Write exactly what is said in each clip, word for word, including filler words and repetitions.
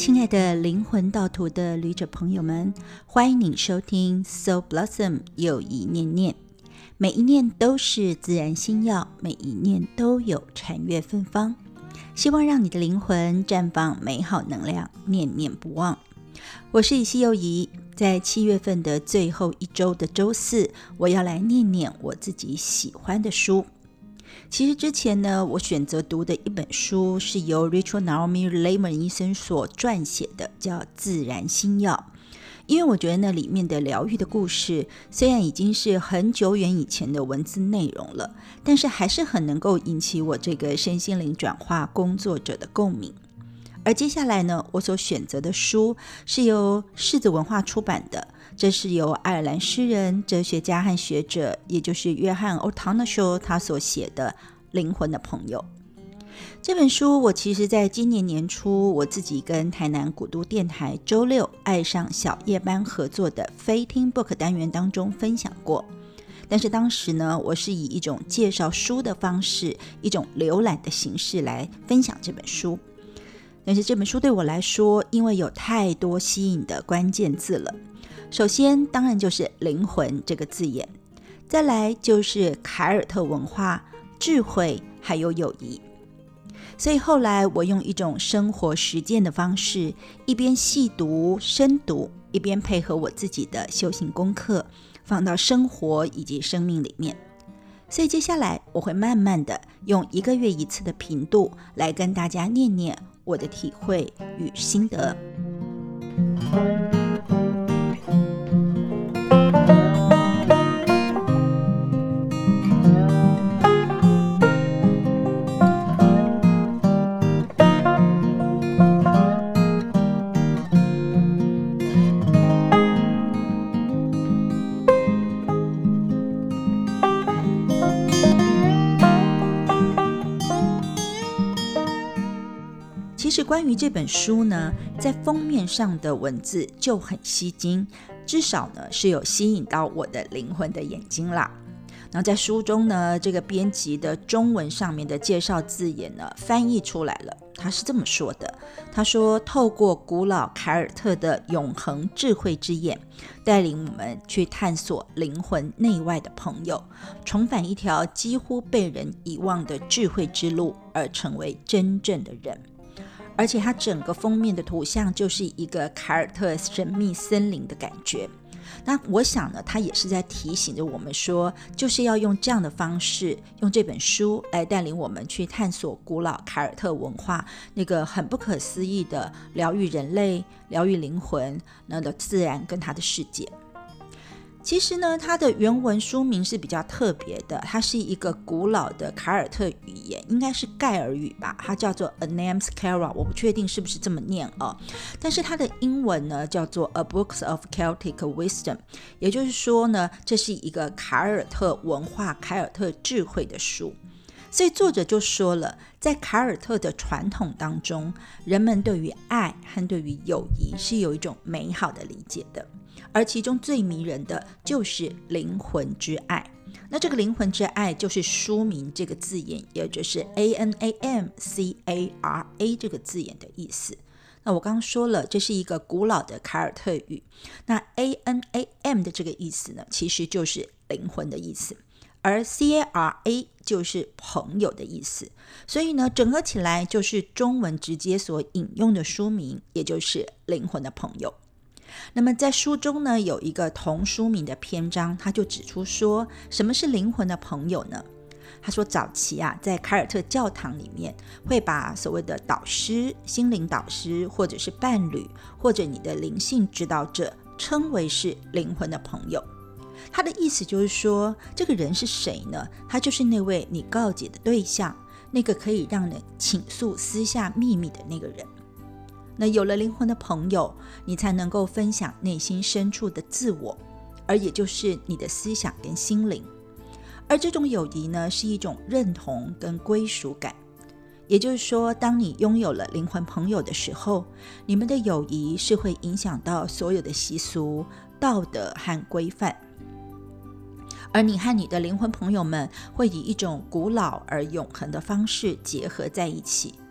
亲爱的灵魂道途的旅者朋友们，欢迎你收听 Soul Blossom 友谊念念。每一念都是自然心药，每一念都有禅悦芬芳。希望让你的灵魂绽放美好能量，念念不忘。我是以西友谊，在七月份的最后一周的周四，我要来念念我自己喜欢的书。其实之前呢，我选择读的一本书是由 Rachel Naomi Remen 医生所撰写的，叫《自然心药》。因为我觉得那里面的疗愈的故事，虽然已经是很久远以前的文字内容了，但是还是很能够引起我这个身心灵转化工作者的共鸣。而接下来呢，我所选择的书是由柿子文化出版的，这是由爱尔兰诗人、哲学家和学者，也就是约翰·欧唐纳修他所写的《灵魂的朋友》。这本书我其实在今年年初，我自己跟台南古都电台周六爱上小夜班合作的非听 book 单元当中分享过，但是当时呢，我是以一种介绍书的方式，一种浏览的形式来分享这本书。但是这本书对我来说，因为有太多吸引的关键字了。首先当然就是灵魂这个字眼，再来就是凯尔特文化、智慧还有友谊。所以后来我用一种生活实践的方式，一边细读深读，一边配合我自己的修行功课，放到生活以及生命里面。所以接下来我会慢慢的用一个月一次的频度来跟大家念念我的体会与心得。其实关于这本书呢，在封面上的文字就很吸睛，至少呢是有吸引到我的灵魂的眼睛啦。然后在书中呢，这个编辑的中文上面的介绍字眼呢翻译出来了，他是这么说的，他说透过古老凯尔特的永恒智慧之眼，带领我们去探索灵魂内外的朋友，重返一条几乎被人遗忘的智慧之路，而成为真正的人。而且它整个封面的图像就是一个凯尔特神秘森林的感觉。那我想呢，它也是在提醒着我们说，就是要用这样的方式，用这本书来带领我们去探索古老凯尔特文化那个很不可思议的疗愈人类、疗愈灵魂那的自然跟它的世界。其实呢，它的原文书名是比较特别的，它是一个古老的凯尔特语言，应该是盖尔语吧，它叫做 Anamskara， 我不确定是不是这么念哦。但是它的英文呢叫做 A Book of Celtic Wisdom， 也就是说呢，这是一个凯尔特文化、凯尔特智慧的书。所以作者就说了，在凯尔特的传统当中，人们对于爱和对于友谊是有一种美好的理解的，而其中最迷人的就是灵魂之爱。那这个灵魂之爱就是书名这个字眼，也就是 A N A M C A R A 这个字眼的意思。那我刚刚说了，这是一个古老的凯尔特语，那 A N A M 的这个意思呢，其实就是灵魂的意思，而 C A R A 就是朋友的意思，所以呢，整合起来就是中文直接所引用的书名，也就是灵魂的朋友。那么在书中呢，有一个同书名的篇章，他就指出说，什么是灵魂的朋友呢？他说早期啊，在凯尔特教堂里面，会把所谓的导师、心灵导师，或者是伴侣，或者你的灵性指导者，称为是灵魂的朋友。他的意思就是说，这个人是谁呢？他就是那位你告解的对象，那个可以让人倾诉私下秘密的那个人。那有了灵魂的朋友，你才能够分享内心深处的自我，而也就是你的思想跟心灵。而这种友谊呢，是一种认同跟归属感。也就是说，当你拥有了灵魂朋友的时候，你们的友谊是会影响到所有的习俗、道德和规范。而你和你的灵魂朋友们会以一种古老而永恒的方式结合在一起。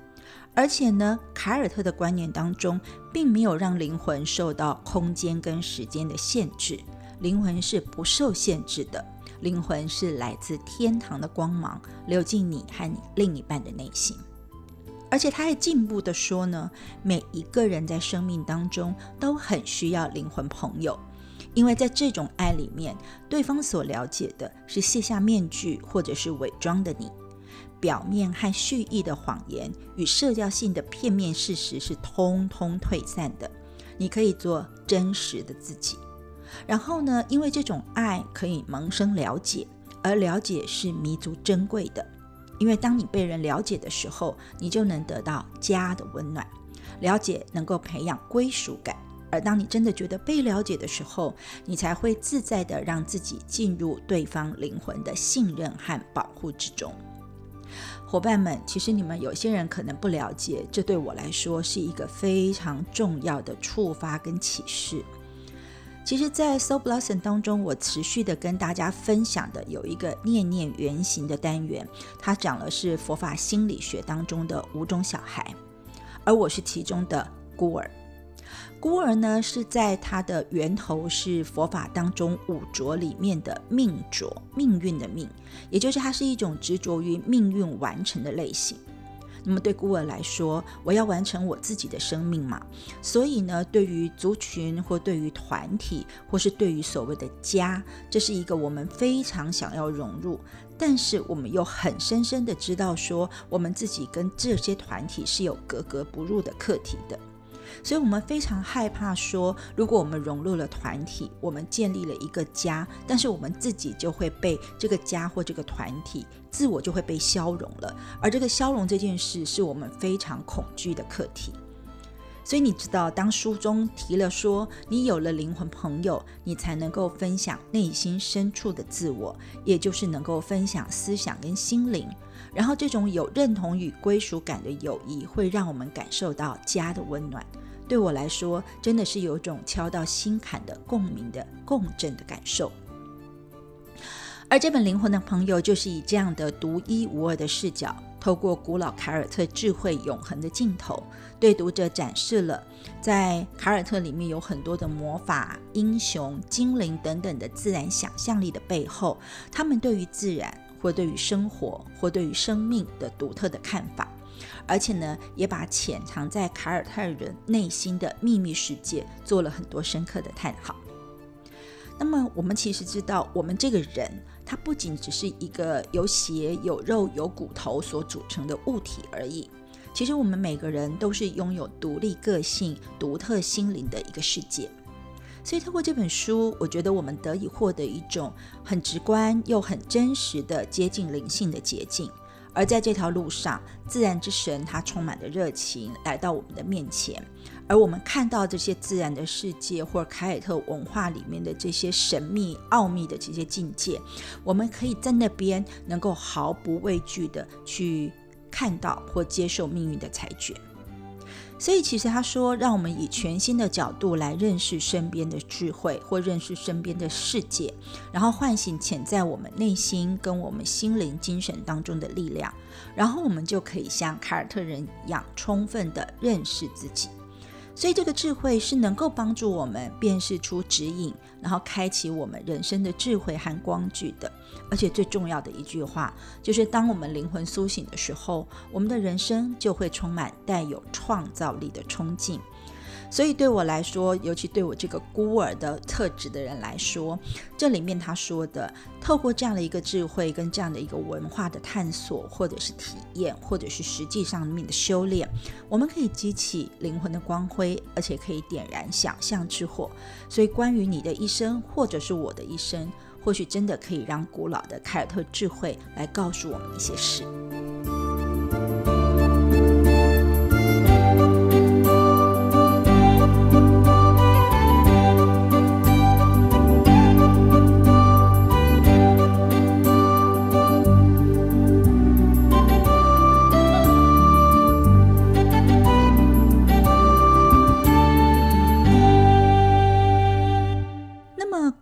而且呢，凯尔特的观念当中并没有让灵魂受到空间跟时间的限制，灵魂是不受限制的，灵魂是来自天堂的光芒，流进你和你另一半的内心。而且他还进一步的说呢，每一个人在生命当中都很需要灵魂朋友，因为在这种爱里面，对方所了解的是卸下面具或者是伪装的你，表面和蓄意的谎言与社交性的片面事实是通通退散的，你可以做真实的自己。然后呢，因为这种爱可以萌生了解，而了解是弥足珍贵的，因为当你被人了解的时候，你就能得到家的温暖，了解能够培养归属感，而当你真的觉得被了解的时候，你才会自在的让自己进入对方灵魂的信任和保护之中。伙伴们，其实你们有些人可能不了解，这对我来说是一个非常重要的触发跟启示。其实在 Soul Blossom 当中，我持续的跟大家分享的有一个念念原型的单元，它讲的是佛法心理学当中的五种小孩，而我是其中的孤儿。孤儿呢，是在它的源头是佛法当中五浊里面的命浊，命运的命，也就是它是一种执着于命运完成的类型。那么对孤儿来说，我要完成我自己的生命嘛，所以呢，对于族群或对于团体或是对于所谓的家，这是一个我们非常想要融入，但是我们又很深深的知道说，我们自己跟这些团体是有格格不入的课题的。所以我们非常害怕说，如果我们融入了团体，我们建立了一个家，但是我们自己就会被这个家或这个团体，自我就会被消融了，而这个消融这件事是我们非常恐惧的课题。所以你知道，当书中提了说，你有了灵魂朋友，你才能够分享内心深处的自我，也就是能够分享思想跟心灵，然后这种有认同与归属感的友谊会让我们感受到家的温暖。对我来说，真的是有种敲到心坎的共鸣的共振的感受。而这本灵魂的朋友就是以这样的独一无二的视角，透过古老凯尔特智慧永恒的镜头，对读者展示了在凯尔特里面有很多的魔法、英雄、精灵等等的自然想象力的背后，他们对于自然或对于生活或对于生命的独特的看法，而且呢，也把潜藏在凯尔特人内心的秘密世界做了很多深刻的探讨。那么我们其实知道，我们这个人他不仅只是一个有血有肉有骨头所组成的物体而已，其实我们每个人都是拥有独立个性、独特心灵的一个世界。所以透过这本书，我觉得我们得以获得一种很直观又很真实的接近灵性的捷径。而在这条路上，自然之神它充满了热情来到我们的面前，而我们看到这些自然的世界或凯尔特文化里面的这些神秘奥秘的这些境界，我们可以在那边能够毫不畏惧的去看到或接受命运的裁决。所以其实他说，让我们以全新的角度来认识身边的智慧，或认识身边的世界，然后唤醒潜在我们内心跟我们心灵精神当中的力量，然后我们就可以像凯尔特人一样充分的认识自己。所以这个智慧是能够帮助我们辨识出指引，然后开启我们人生的智慧和光距的。而且最重要的一句话，就是当我们灵魂苏醒的时候，我们的人生就会充满带有创造力的冲劲。所以对我来说，尤其对我这个孤儿的特质的人来说，这里面他说的，透过这样的一个智慧跟这样的一个文化的探索，或者是体验，或者是实际上面的修炼，我们可以激起灵魂的光辉，而且可以点燃想象之火。所以关于你的一生，或者是我的一生，或许真的可以让古老的凯尔特智慧来告诉我们一些事。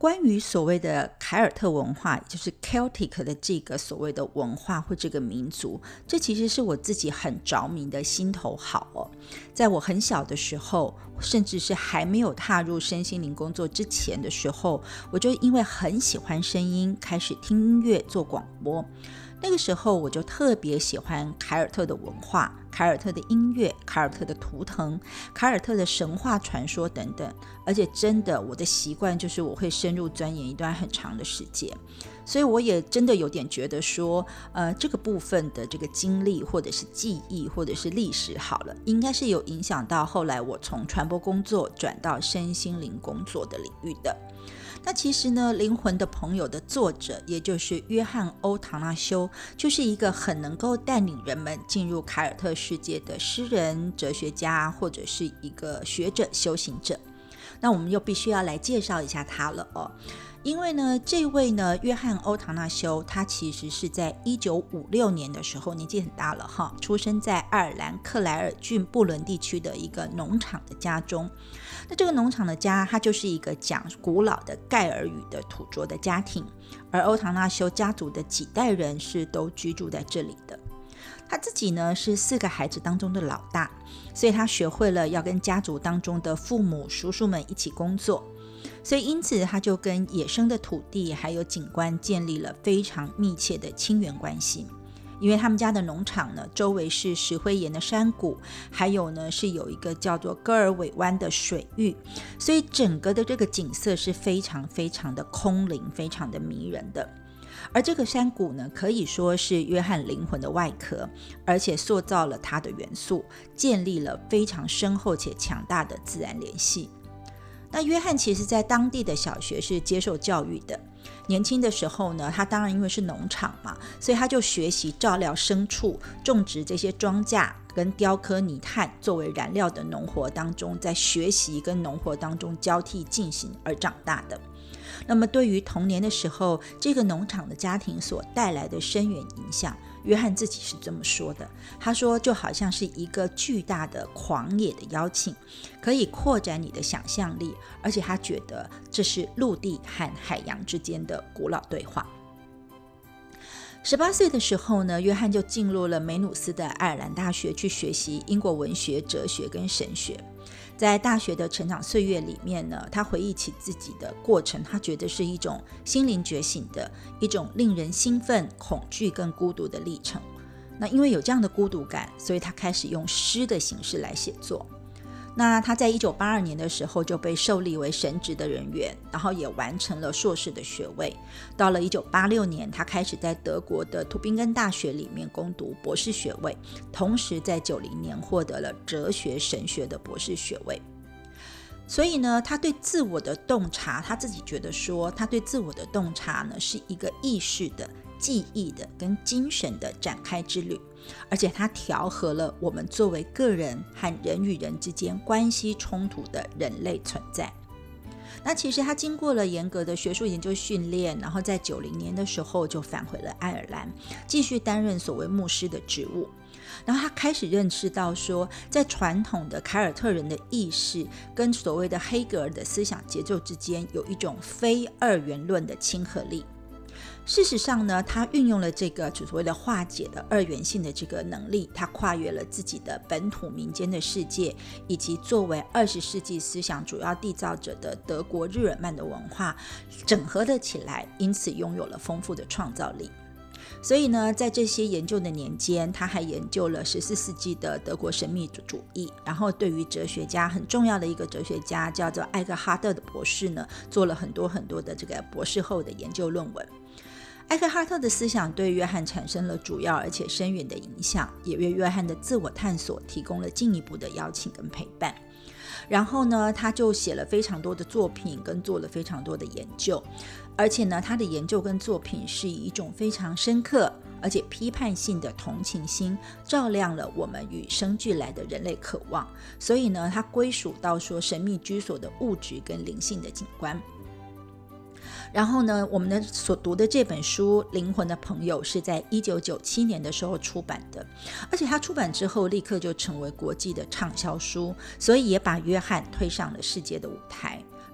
关于所谓的凯尔特文化，也就是 Celtic 的这个所谓的文化或这个民族，这其实是我自己很着迷的心头好哦。在我很小的时候，甚至是还没有踏入身心灵工作之前的时候，我就因为很喜欢声音，开始听音乐做广播。那个时候我就特别喜欢凯尔特的文化，凯尔特的音乐，凯尔特的图腾，凯尔特的神话传说等等，而且真的我的习惯就是我会深入钻研一段很长的时间，所以我也真的有点觉得说呃，这个部分的这个经历或者是记忆或者是历史好了，应该是有影响到后来我从传播工作转到身心灵工作的领域的。那其实呢，灵魂的朋友的作者，也就是约翰·欧唐纳修，就是一个很能够带领人们进入凯尔特世界的诗人、哲学家，或者是一个学者、修行者。那我们又必须要来介绍一下他了哦。因为呢，这位呢，约翰·欧唐纳修，他其实是在一九五六年的时候，年纪很大了哈，出生在爱尔兰克莱尔郡布伦地区的一个农场的家中。那这个农场的家，它就是一个讲古老的盖尔语的土着的家庭，而欧唐纳修家族的几代人是都居住在这里的。他自己呢是四个孩子当中的老大，所以他学会了要跟家族当中的父母、叔叔们一起工作。所以因此他就跟野生的土地还有景观建立了非常密切的亲缘关系。因为他们家的农场呢，周围是石灰岩的山谷，还有呢是有一个叫做戈尔韦湾的水域，所以整个的这个景色是非常非常的空灵，非常的迷人的。而这个山谷呢，可以说是约翰灵魂的外壳，而且塑造了他的元素，建立了非常深厚且强大的自然联系。那约翰其实在当地的小学是接受教育的，年轻的时候呢，他当然因为是农场嘛，所以他就学习照料牲畜，种植这些庄稼，跟雕刻泥炭作为燃料的农活当中，在学习跟农活当中交替进行而长大的。那么对于童年的时候这个农场的家庭所带来的深远影响，约翰自己是这么说的，他说就好像是一个巨大的狂野的邀请，可以扩展你的想象力，而且他觉得这是陆地和海洋之间的古老对话。十八岁的时候呢，约翰就进入了梅努斯的爱尔兰大学去学习英国文学、哲学跟神学。在大学的成长岁月里面呢，他回忆起自己的过程，他觉得是一种心灵觉醒的一种令人兴奋、恐惧跟孤独的历程。那因为有这样的孤独感，所以他开始用诗的形式来写作。那他在一九八二年的时候就被受立为神职的人员，然后也完成了硕士的学位。到了一九八六年，他开始在德国的图宾根大学里面攻读博士学位，同时在九零年获得了哲学神学的博士学位。所以呢，他对自我的洞察，他自己觉得说，他对自我的洞察呢，是一个意识的、记忆的跟精神的展开之旅，而且它调和了我们作为个人和人与人之间关系冲突的人类存在。那其实他经过了严格的学术研究训练，然后在九零年的时候就返回了爱尔兰，继续担任所谓牧师的职务。然后他开始认识到说，在传统的凯尔特人的意识跟所谓的黑格尔的思想节奏之间有一种非二元论的亲和力。事实上呢，他运用了这个所谓的化解的二元性的这个能力，他跨越了自己的本土民间的世界，以及作为二十世纪思想主要缔造者的德国日耳曼的文化整合了起来，因此拥有了丰富的创造力。所以呢，在这些研究的年间，他还研究了十四世纪的德国神秘主义，然后对于哲学家很重要的一个哲学家叫做艾克哈特的博士呢，做了很多很多的这个博士后的研究论文。艾克哈特的思想对约翰产生了主要而且深远的影响，也为约翰的自我探索提供了进一步的邀请跟陪伴。然后呢，他就写了非常多的作品跟做了非常多的研究，而且呢，他的研究跟作品是以一种非常深刻而且批判性的同情心照亮了我们与生俱来的人类渴望，所以呢，他归属到说神秘居所的物质跟灵性的景观。然后呢，我们的所读的这本书《灵魂的朋友》是在一九九七年的时候出版的，而且它出版之后立刻就成为国际的畅销书，所以也把约翰推上了世界的舞台。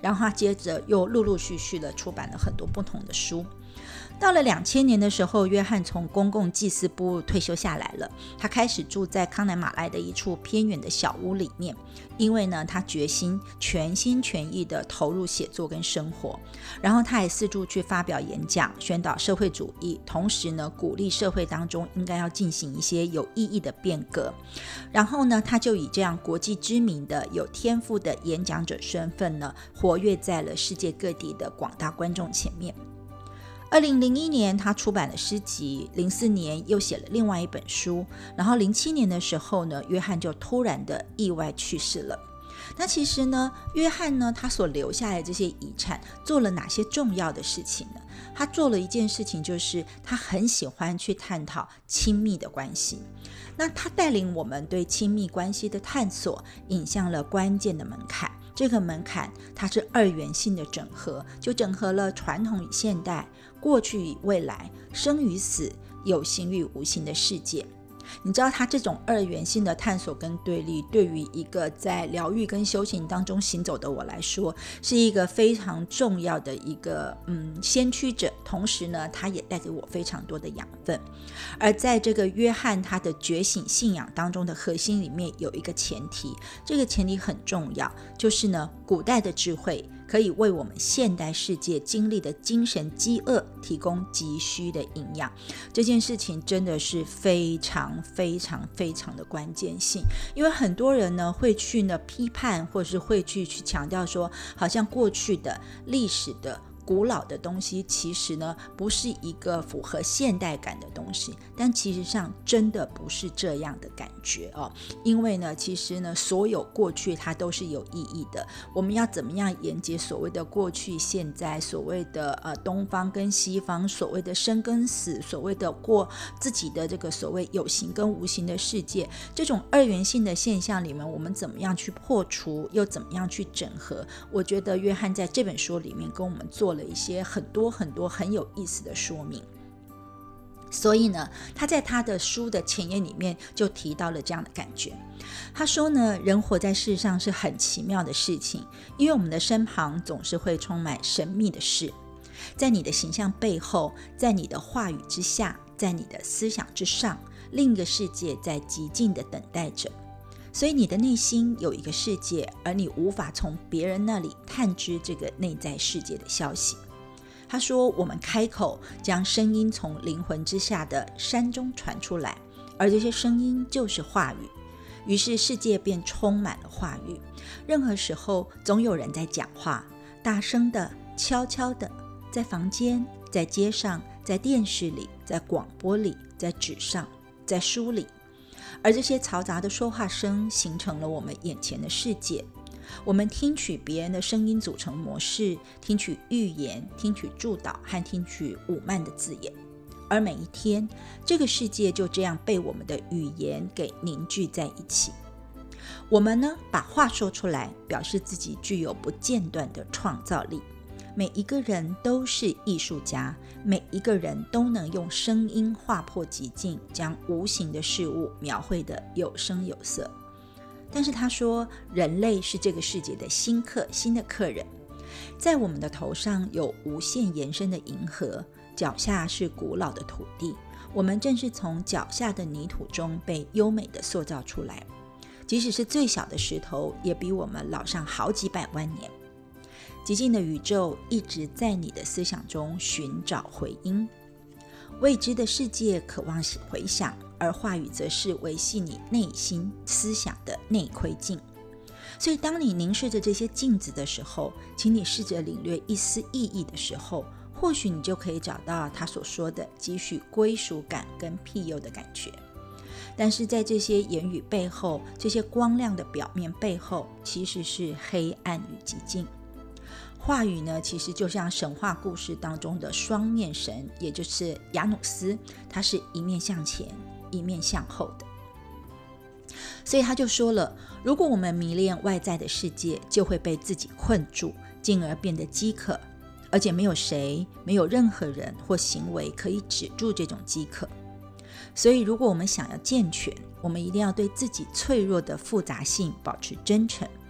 然后他接着又陆陆续续的出版了很多不同的书。到了两千年的时候，约翰从公共祭司部退休下来了，他开始住在康乃马来的一处偏远的小屋里面，因为呢，他决心全心全意的投入写作跟生活。然后他也四处去发表演讲，宣导社会主义，同时呢，鼓励社会当中应该要进行一些有意义的变革。然后呢，他就以这样国际知名的有天赋的演讲者身份呢，活跃在了世界各地的广大观众前面。二零零一年他出版了诗集，零四年又写了另外一本书，然后零七年的时候呢，约翰就突然的意外去世了。那其实呢，约翰呢，他所留下来的这些遗产做了哪些重要的事情呢？他做了一件事情，就是他很喜欢去探讨亲密的关系。那他带领我们对亲密关系的探索，引向了关键的门槛。这个门槛它是二元性的整合，就整合了传统与现代、过去与未来、生与死、有形与无形的世界。你知道它这种二元性的探索跟对立，对于一个在疗愈跟修行当中行走的我来说，是一个非常重要的一个嗯先驱者，同时呢，它也带给我非常多的养分。而在这个约翰他的觉醒信仰当中的核心里面有一个前提，这个前提很重要，就是呢，古代的智慧可以为我们现代世界经历的精神饥饿提供急需的营养。这件事情真的是非常非常非常的关键性，因为很多人呢会去呢批判，或是会去去强调说，好像过去的历史的古老的东西其实呢不是一个符合现代感的东西，但其实上真的不是这样的感觉哦。因为呢，其实呢，所有过去它都是有意义的。我们要怎么样连接所谓的过去、现在，所谓的呃东方跟西方，所谓的生跟死，所谓的过自己的这个所谓有形跟无形的世界，这种二元性的现象里面，我们怎么样去破除，又怎么样去整合？我觉得约翰在这本书里面跟我们做了一些很多很多很有意思的说明。所以呢，他在他的书的前言里面就提到了这样的感觉。他说呢，人活在世上是很奇妙的事情，因为我们的身旁总是会充满神秘的事，在你的形象背后，在你的话语之下，在你的思想之上，另一个世界在寂静的等待着。所以你的内心有一个世界，而你无法从别人那里探知这个内在世界的消息。他说，我们开口将声音从灵魂之下的山中传出来，而这些声音就是话语，于是世界便充满了话语。任何时候总有人在讲话，大声的、悄悄的，在房间、在街上、在电视里、在广播里、在纸上、在书里，而这些嘈杂的说话声形成了我们眼前的世界。我们听取别人的声音组成模式，听取预言，听取祝祷和听取侮慢的字眼，而每一天这个世界就这样被我们的语言给凝聚在一起。我们呢，把话说出来，表示自己具有不间断的创造力。每一个人都是艺术家，每一个人都能用声音划破寂静，将无形的事物描绘得有声有色。但是他说，人类是这个世界的新客，新的客人。在我们的头上有无限延伸的银河，脚下是古老的土地，我们正是从脚下的泥土中被优美的塑造出来。即使是最小的石头，也比我们老上好几百万年。寂静的宇宙一直在你的思想中寻找回音，未知的世界渴望回响，而话语则是维系你内心思想的内窥镜。所以当你凝视着这些镜子的时候，请你试着领略一丝意义的时候，或许你就可以找到他所说的几许归属感跟庇佑的感觉。但是在这些言语背后，这些光亮的表面背后，其实是黑暗与寂静。话语呢，其实就像神话故事当中的双面神，也就是亚努斯，他是一面向前，一面向后的。所以他就说了，如果我们迷恋外在的世界，就会被自己困住，进而变得饥渴，而且没有谁，没有任何人或行为可以止住这种饥渴。所以如果我们想要健全，我们一定要对自己脆弱的复杂性保持真诚，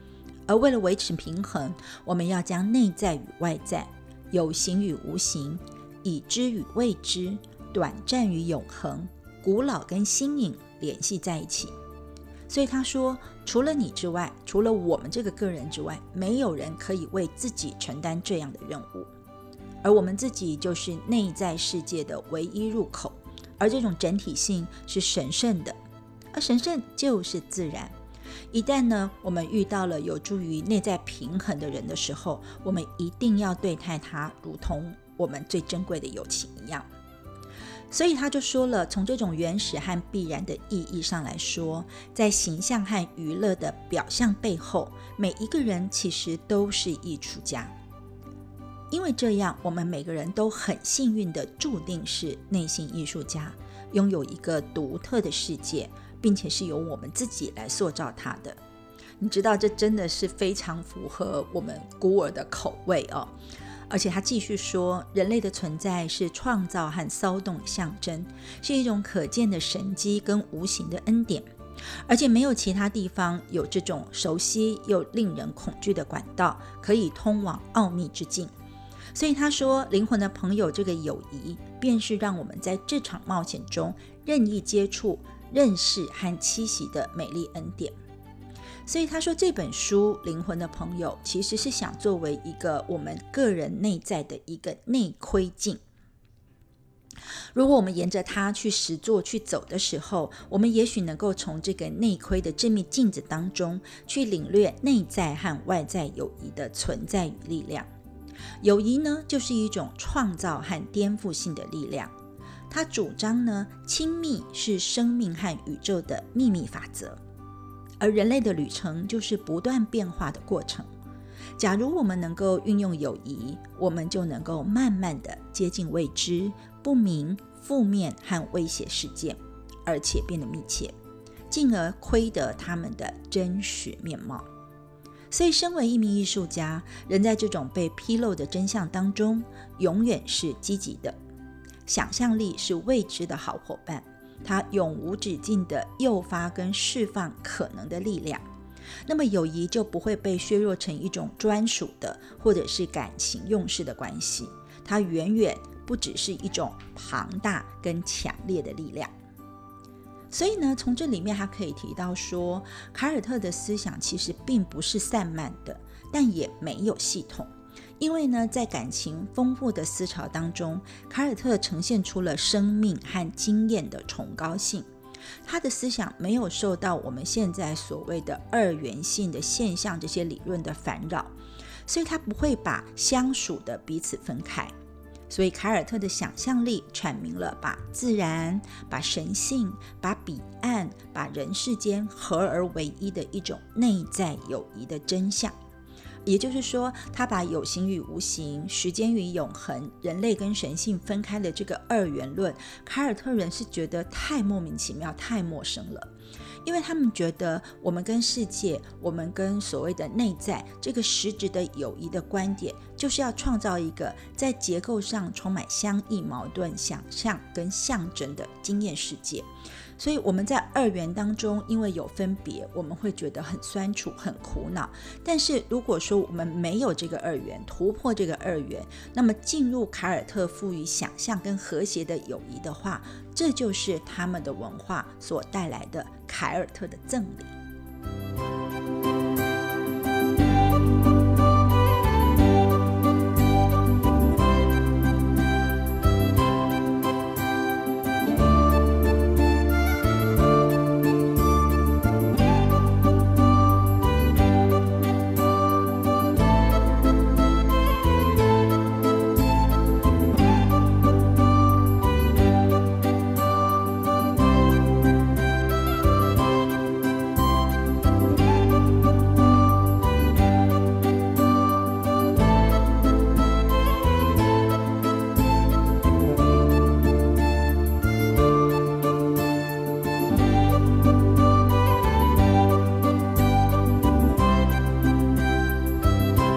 而为了维持平衡，我们要将内在与外在、有形与无形、已知与未知、短暂与永恒、古老跟新颖联系在一起。所以他说，除了你之外，除了我们这个个人之外，没有人可以为自己承担这样的任务，而我们自己就是内在世界的唯一入口，而这种整体性是神圣的，而神圣就是自然。一旦呢，我们遇到了有助于内在平衡的人的时候，我们一定要对待他如同我们最珍贵的友情一样。所以他就说了，从这种原始和必然的意义上来说，在形象和娱乐的表象背后，每一个人其实都是艺术家。因为这样，我们每个人都很幸运的注定是内心艺术家，拥有一个独特的世界，并且是由我们自己来塑造它的。你知道，这真的是非常符合我们孤儿的口味哦。而且他继续说，人类的存在是创造和骚动的象征，是一种可见的神迹跟无形的恩典，而且没有其他地方有这种熟悉又令人恐惧的管道可以通往奥秘之境。所以他说，灵魂的朋友这个友谊，便是让我们在这场冒险中任意接触、认识和栖息的美丽恩典。所以他说，这本书《灵魂的朋友》其实是想作为一个我们个人内在的一个内窥镜。如果我们沿着它去实作去走的时候，我们也许能够从这个内窥的这面镜子当中去领略内在和外在友谊的存在与力量。友谊呢，就是一种创造和颠覆性的力量。他主张呢，亲密是生命和宇宙的秘密法则。而人类的旅程就是不断变化的过程。假如我们能够运用友谊，我们就能够慢慢的接近未知、不明、负面和威胁事件，而且变得密切，进而窥得他们的真实面貌。所以身为一名艺术家，人在这种被披露的真相当中，永远是积极的。想象力是未知的好伙伴，它永无止境的诱发跟释放可能的力量。那么友谊就不会被削弱成一种专属的或者是感情用事的关系，它远远不只是一种庞大跟强烈的力量。所以呢，从这里面还可以提到说，凯尔特的思想其实并不是散漫的，但也没有系统。因为呢，在感情丰富的思潮当中，凯尔特呈现出了生命和经验的崇高性。他的思想没有受到我们现在所谓的二元性的现象这些理论的烦扰，所以他不会把相属的彼此分开。所以凯尔特的想象力阐明了把自然、把神性、把彼岸、把人世间合而为一的一种内在友谊的真相。也就是说，他把有形与无形、时间与永恒、人类跟神性分开的这个二元论，凯尔特人是觉得太莫名其妙、太陌生了。因为他们觉得我们跟世界，我们跟所谓的内在这个实质的友谊的观点，就是要创造一个在结构上充满相异矛盾、想象跟象征的经验世界。所以我们在二元当中，因为有分别，我们会觉得很酸楚、很苦恼。但是如果说我们没有这个二元，突破这个二元，那么进入凯尔特赋予想象跟和谐的友谊的话，这就是他们的文化所带来的凯尔特的赠礼。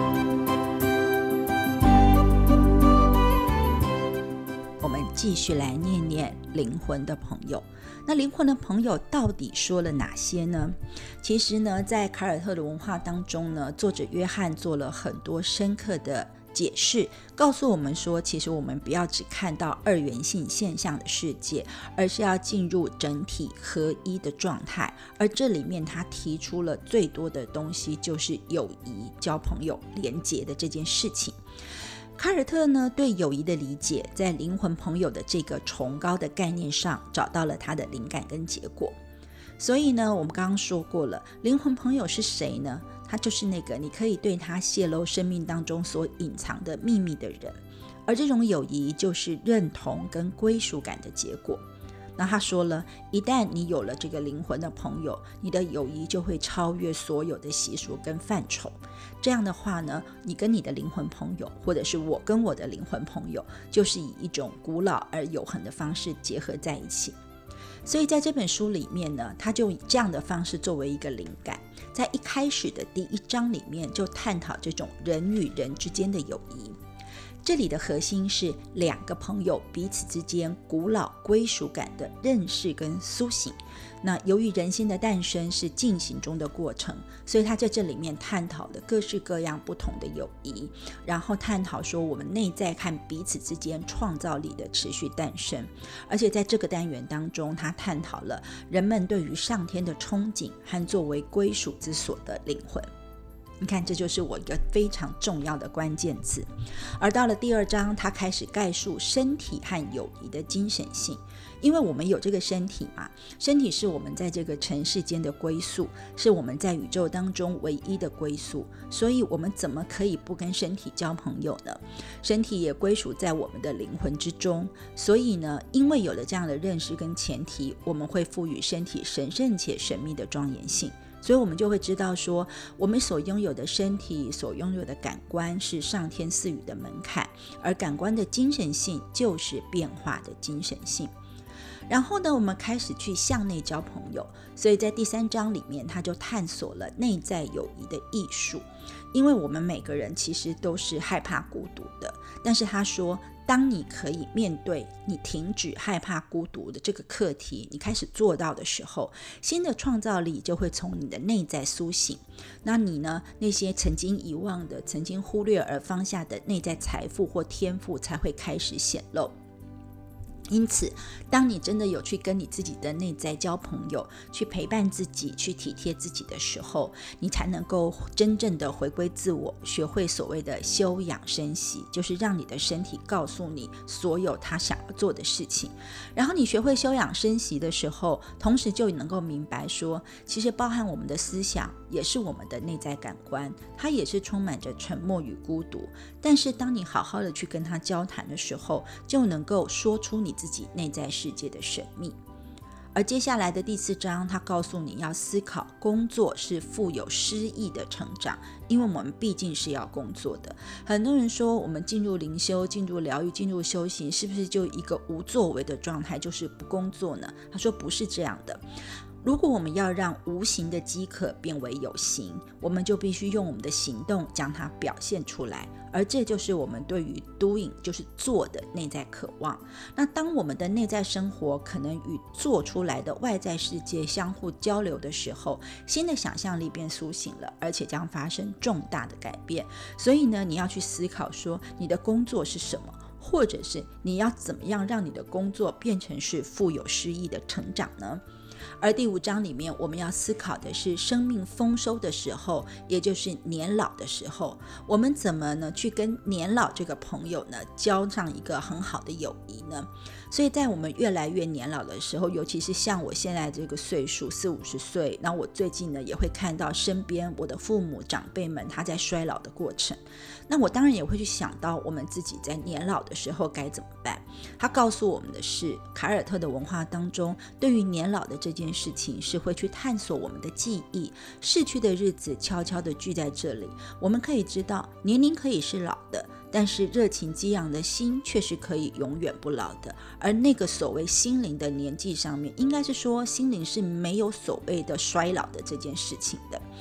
继续来念念待灵魂的朋友。那灵魂的朋友到底说了哪些呢？其实呢，在凯尔特的文化当中呢，作者约翰做了很多深刻的解释，告诉我们说，其实我们不要只看到二元性现象的世界，而是要进入整体合一的状态。而这里面他提出了最多的东西，就是友谊、交朋友、连结的这件事情。凯尔特呢，对友谊的理解，在灵魂朋友的这个崇高的概念上找到了他的灵感跟结果。所以呢，我们刚刚说过了，灵魂朋友是谁呢？他就是那个你可以对他泄露生命当中所隐藏的秘密的人，而这种友谊就是认同跟归属感的结果。那他说了，一旦你有了这个灵魂的朋友，你的友谊就会超越所有的习俗跟范畴。这样的话呢，你跟你的灵魂朋友，或者是我跟我的灵魂朋友，就是以一种古老而永恒的方式结合在一起。所以在这本书里面呢，他就以这样的方式作为一个灵感，在一开始的第一章里面就探讨这种人与人之间的友谊。这里的核心是两个朋友彼此之间古老归属感的认识跟苏醒。那由于人心的诞生是进行中的过程，所以他在这里面探讨了各式各样不同的友谊，然后探讨说我们内在和彼此之间创造力的持续诞生。而且在这个单元当中，他探讨了人们对于上天的憧憬和作为归属之所的灵魂。你看，这就是我一个非常重要的关键字。而到了第二章，他开始概述身体和友谊的精神性。因为我们有这个身体嘛，身体是我们在这个尘世间的归宿，是我们在宇宙当中唯一的归宿，所以我们怎么可以不跟身体交朋友呢？身体也归属在我们的灵魂之中，所以呢，因为有了这样的认识跟前提，我们会赋予身体神圣且神秘的庄严性。所以我们就会知道说，我们所拥有的身体，所拥有的感官是上天赐予的门槛，而感官的精神性就是变化的精神性。然后呢，我们开始去向内交朋友，所以在第三章里面，他就探索了内在友谊的艺术。因为我们每个人其实都是害怕孤独的，但是他说，当你可以面对你停止害怕孤独的这个课题，你开始做到的时候，新的创造力就会从你的内在苏醒。那你呢，那些曾经遗忘的、曾经忽略而放下的内在财富或天赋才会开始显露。因此，当你真的有去跟你自己的内在交朋友，去陪伴自己，去体贴自己的时候，你才能够真正的回归自我，学会所谓的休养生息，就是让你的身体告诉你所有他想要做的事情。然后你学会休养生息的时候，同时就能够明白说，其实包含我们的思想也是我们的内在感官，它也是充满着沉默与孤独。但是当你好好的去跟他交谈的时候，就能够说出你自己内在世界的神秘。而接下来的第四章，他告诉你要思考工作是富有诗意的成长，因为我们毕竟是要工作的。很多人说我们进入灵修、进入疗愈、进入修行，是不是就一个无作为的状态，就是不工作呢？他说不是这样的。如果我们要让无形的饥渴变为有形，我们就必须用我们的行动将它表现出来，而这就是我们对于 doing 就是做的内在渴望。那当我们的内在生活可能与做出来的外在世界相互交流的时候，新的想象力便苏醒了，而且将发生重大的改变。所以呢，你要去思考说，你的工作是什么，或者是你要怎么样让你的工作变成是富有诗意的成长呢？而第五章里面，我们要思考的是生命丰收的时候，也就是年老的时候，我们怎么呢去跟年老这个朋友呢交上一个很好的友谊呢？所以在我们越来越年老的时候，尤其是像我现在这个岁数四五十岁，那我最近呢也会看到身边我的父母长辈们他在衰老的过程，那我当然也会去想到我们自己在年老的时候该怎么办。他告诉我们的是，凯尔特的文化当中对于年老的这件事情是会去探索我们的记忆，逝去的日子悄悄地聚在这里，我们可以知道年龄可以是老的，但是热情激昂的心却是可以永远不老的。而那个所谓心灵的年纪上面，应该是说心灵是没有所谓的衰老的这件事情的。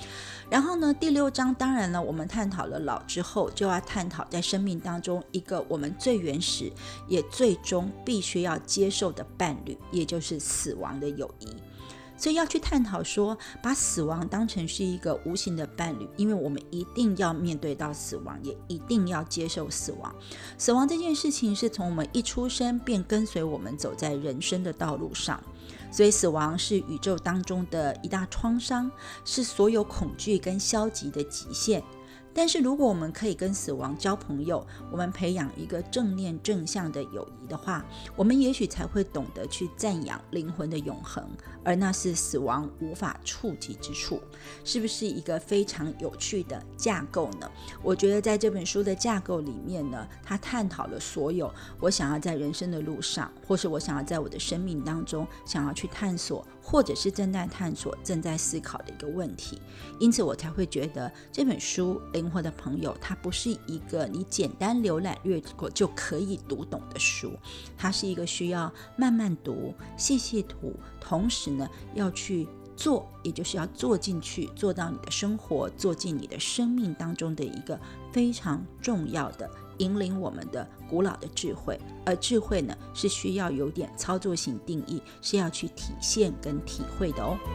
然后呢，第六章当然了，我们探讨了老之后，就要探讨在生命当中一个我们最原始也最终必须要接受的伴侣，也就是死亡的友谊。所以要去探讨说，把死亡当成是一个无形的伴侣，因为我们一定要面对到死亡，也一定要接受死亡。死亡这件事情是从我们一出生便跟随我们走在人生的道路上，所以死亡是宇宙当中的一大创伤，是所有恐惧跟消极的极限。但是如果我们可以跟死亡交朋友，我们培养一个正念正向的友谊的话，我们也许才会懂得去赞扬灵魂的永恒，而那是死亡无法触及之处。是不是一个非常有趣的架构呢？我觉得在这本书的架构里面呢，它探讨了所有我想要在人生的路上，或是我想要在我的生命当中想要去探索，或者是正在探索正在思考的一个问题。因此我才会觉得这本书灵魂的朋友，它不是一个你简单浏览阅过就可以读懂的书，它是一个需要慢慢读细细读，同时呢要去做，也就是要做进去，做到你的生活，做进你的生命当中的一个非常重要的引领我们的古老的智慧。而智慧呢，是需要有点操作性定义，是要去体现跟体会的哦。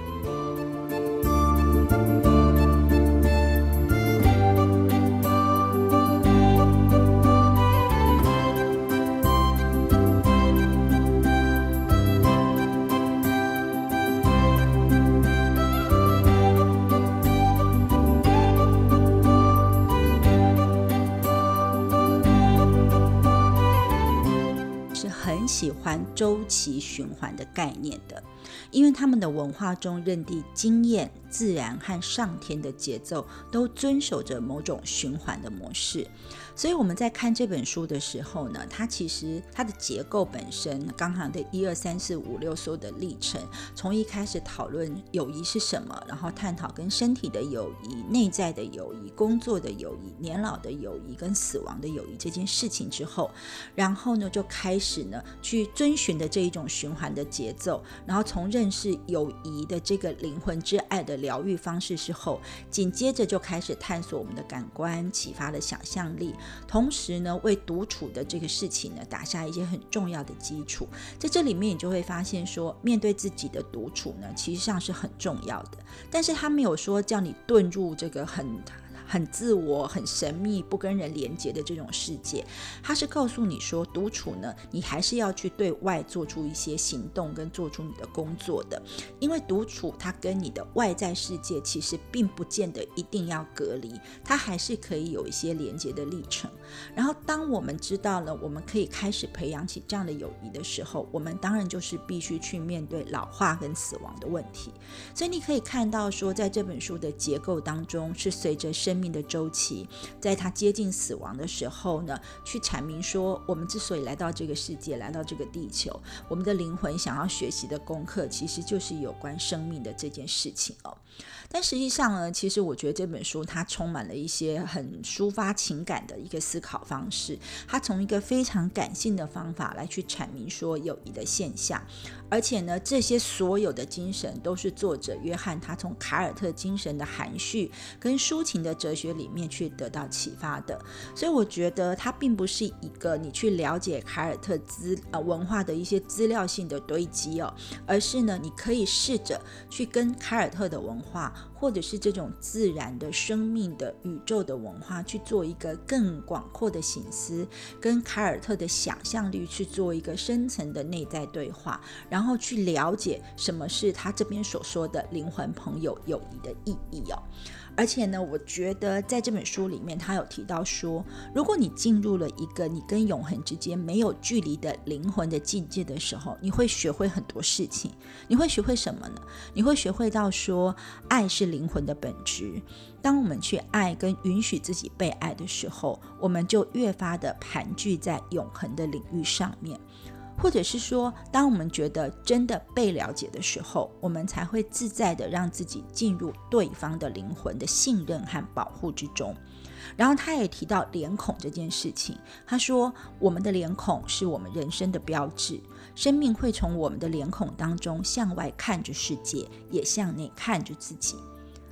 很喜欢周期循环的概念的，因为他们的文化中认定经验、自然和上天的节奏都遵守着某种循环的模式。所以我们在看这本书的时候呢，它其实它的结构本身，刚好的一二三四五六所有的历程，从一开始讨论友谊是什么，然后探讨跟身体的友谊、内在的友谊、工作的友谊、年老的友谊跟死亡的友谊这件事情之后，然后呢就开始呢去遵循的这一种循环的节奏，然后从认识友谊的这个灵魂之爱的疗愈方式之后，紧接着就开始探索我们的感官，启发了想象力，同时呢为独处的这个事情呢打下一些很重要的基础。在这里面你就会发现说，面对自己的独处呢其实上是很重要的，但是他没有说叫你遁入这个很很自我、很神秘、不跟人连接的这种世界。他是告诉你说，独处呢，你还是要去对外做出一些行动，跟做出你的工作的。因为独处，它跟你的外在世界其实并不见得一定要隔离，它还是可以有一些连接的历程。然后，当我们知道了我们可以开始培养起这样的友谊的时候，我们当然就是必须去面对老化跟死亡的问题。所以你可以看到说，在这本书的结构当中，是随着生命的周期，在它接近死亡的时候呢，去阐明说，我们之所以来到这个世界，来到这个地球，我们的灵魂想要学习的功课，其实就是有关生命的这件事情哦。但实际上呢，其实我觉得这本书它充满了一些很抒发情感的一个思考方式，它从一个非常感性的方法来去阐明说友谊的现象，而且呢，这些所有的精神都是作者约翰他从凯尔特精神的含蓄跟抒情的哲学里面去得到启发的。所以我觉得它并不是一个你去了解凯尔特资、呃、文化的一些资料性的堆积哦，而是呢，你可以试着去跟凯尔特的文化，或者是这种自然的生命的宇宙的文化去做一个更广阔的省思，跟凯尔特的想象力去做一个深层的内在对话，然后去了解什么是他这边所说的灵魂朋友友谊的意义哦。而且呢，我觉得在这本书里面他有提到说，如果你进入了一个你跟永恒之间没有距离的灵魂的境界的时候，你会学会很多事情。你会学会什么呢？你会学会到说，爱是灵魂的本质。当我们去爱跟允许自己被爱的时候，我们就越发的盘踞在永恒的领域上面。或者是说，当我们觉得真的被了解的时候，我们才会自在的让自己进入对方的灵魂的信任和保护之中。然后他也提到脸孔这件事情，他说我们的脸孔是我们人生的标志，生命会从我们的脸孔当中向外看着世界，也向内看着自己。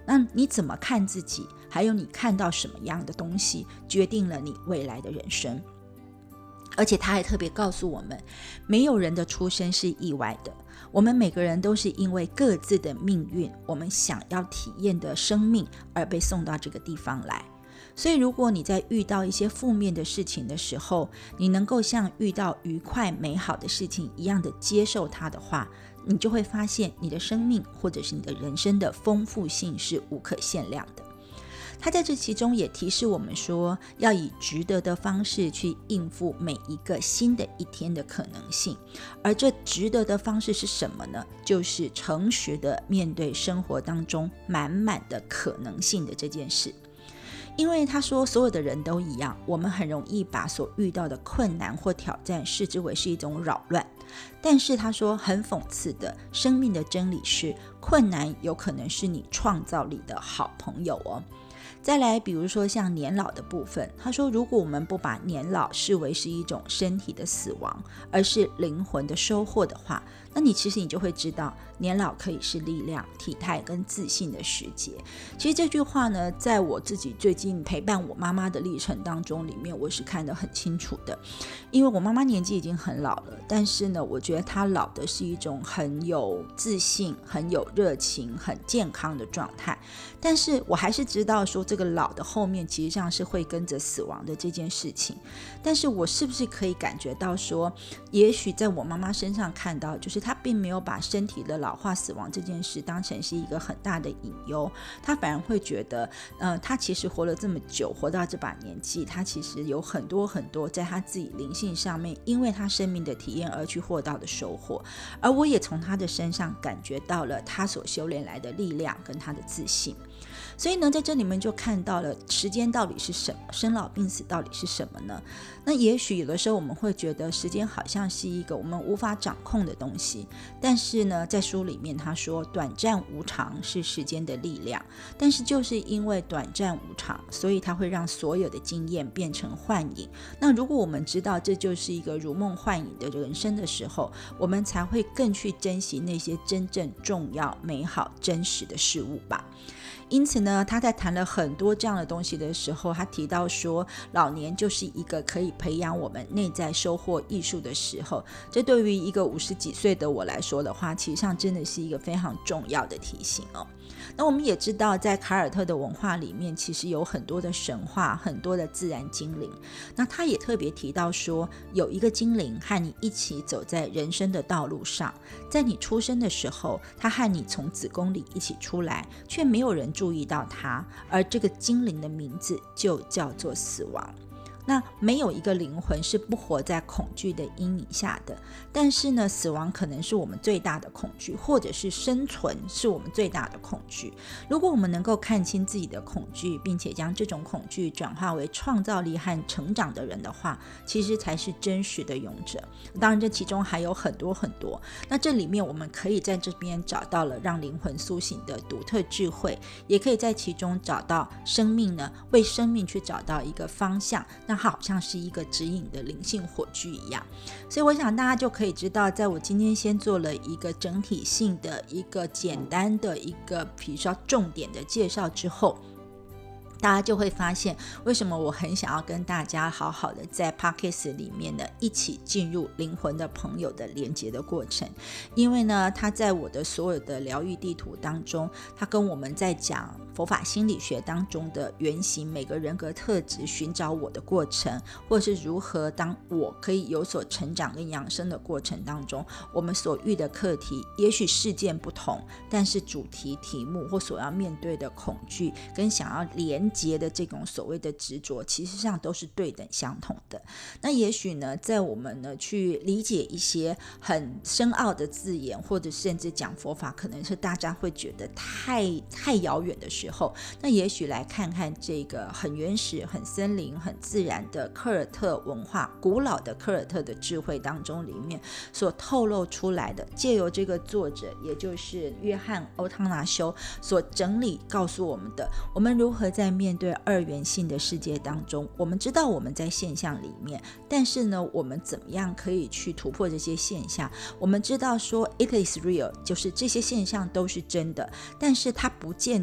那你怎么看自己，还有你看到什么样的东西，决定了你未来的人生。而且他还特别告诉我们，没有人的出生是意外的，我们每个人都是因为各自的命运，我们想要体验的生命而被送到这个地方来。所以如果你在遇到一些负面的事情的时候，你能够像遇到愉快美好的事情一样的接受它的话，你就会发现你的生命或者是你的人生的丰富性是无可限量的。他在这其中也提示我们说，要以值得的方式去应付每一个新的一天的可能性。而这值得的方式是什么呢？就是诚实的面对生活当中满满的可能性的这件事。因为他说所有的人都一样，我们很容易把所遇到的困难或挑战视之为是一种扰乱，但是他说很讽刺的，生命的真理是，困难有可能是你创造力的好朋友哦。再来比如说像年老的部分，他说如果我们不把年老视为是一种身体的死亡，而是灵魂的收获的话，那你其实你就会知道，年老可以是力量、体态跟自信的时节。其实这句话呢，在我自己最近陪伴我妈妈的历程当中里面，我是看得很清楚的。因为我妈妈年纪已经很老了，但是呢，我觉得她老的是一种很有自信、很有热情、很健康的状态。但是我还是知道说，这个老的后面其实上是会跟着死亡的这件事情。但是我是不是可以感觉到说，也许在我妈妈身上看到，就是她并没有把身体的老化死亡这件事当成是一个很大的隐忧，她反而会觉得呃，她其实活了这么久，活到这把年纪，她其实有很多很多在她自己灵性上面，因为她生命的体验而去获到的收获。而我也从她的身上感觉到了她所修炼来的力量跟她的自信。所以呢，在这里面就看到了时间到底是什么，生老病死到底是什么呢？那也许有的时候我们会觉得时间好像是一个我们无法掌控的东西，但是呢，在书里面他说短暂无常是时间的力量，但是就是因为短暂无常，所以它会让所有的经验变成幻影。那如果我们知道这就是一个如梦幻影的人生的时候，我们才会更去珍惜那些真正重要、美好、真实的事物吧。因此呢，他在谈了很多这样的东西的时候，他提到说，老年就是一个可以培养我们内在收获艺术的时候。这对于一个五十几岁的我来说的话，其实上真的是一个非常重要的提醒哦。那我们也知道，在凯尔特的文化里面，其实有很多的神话，很多的自然精灵。那他也特别提到说，有一个精灵和你一起走在人生的道路上，在你出生的时候，他和你从子宫里一起出来，却没有人注意到他，而这个精灵的名字就叫做死亡。那没有一个灵魂是不活在恐惧的阴影下的，但是呢，死亡可能是我们最大的恐惧，或者是生存是我们最大的恐惧。如果我们能够看清自己的恐惧，并且将这种恐惧转化为创造力和成长的人的话，其实才是真实的勇者。当然这其中还有很多很多，那这里面我们可以在这边找到了让灵魂苏醒的独特智慧，也可以在其中找到生命呢，为生命去找到一个方向，那它好像是一个指引的灵性火炬一样。所以我想大家就可以知道，在我今天先做了一个整体性的一个简单的一个比如说重点的介绍之后，大家就会发现为什么我很想要跟大家好好的在 Podcast 里面呢一起进入灵魂的朋友的连接的过程。因为呢，他在我的所有的疗愈地图当中，他跟我们在讲佛法心理学当中的原型，每个人格特质寻找我的过程，或者是如何当我可以有所成长跟养生的过程当中，我们所遇的课题也许事件不同，但是主题题目或所要面对的恐惧跟想要连结的这种所谓的执着，其实上都是对等相同的。那也许呢，在我们呢去理解一些很深奥的字眼，或者甚至讲佛法可能是大家会觉得太太遥远的时候，那也许来看看这个很原始、很森林、很自然的科尔特文化，古老的科尔特的智慧当中里面所透露出来的，借由这个作者也就是约翰欧汤拿修所整理告诉我们的，我们如何在面对二元性的世界当中，我们知道我们在现象里面，但是呢，我们怎么样可以去突破这些现象？我们知道说 it is real， 就是这些现象都是真的，但是它不见得是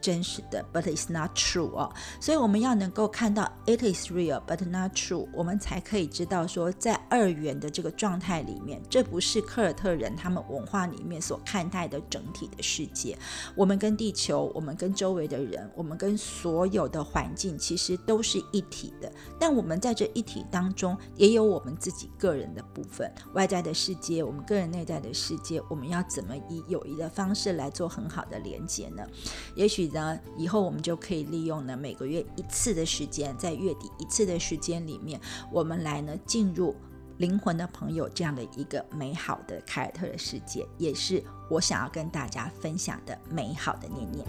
真实的 but it's not true 哦，所以我们要能够看到 it is real but not true， 我们才可以知道说在二元的这个状态里面，这不是科尔特人他们文化里面所看待的整体的世界。我们跟地球，我们跟周围的人，我们跟所有的环境其实都是一体的，但我们在这一体当中也有我们自己个人的部分，外在的世界，我们个人内在的世界，我们要怎么以友谊的方式来做很好的连接呢？也许呢，以后我们就可以利用呢每个月一次的时间，在月底一次的时间里面，我们来呢进入灵魂的朋友这样的一个美好的凯尔特的世界，也是我想要跟大家分享的美好的念念。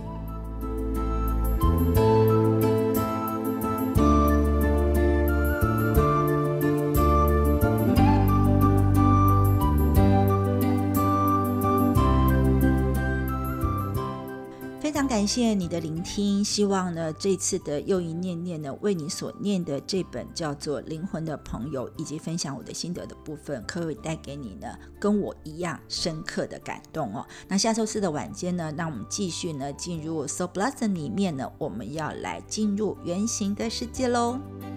非常感谢你的聆听，希望呢这次的又一念念呢，为你所念的这本叫做《灵魂的朋友》以及分享我的心得的部分，可以带给你呢跟我一样深刻的感动哦。那下周四的晚间呢，让我们继续呢进入 Soul Blossom 里面呢，我们要来进入原型的世界咯。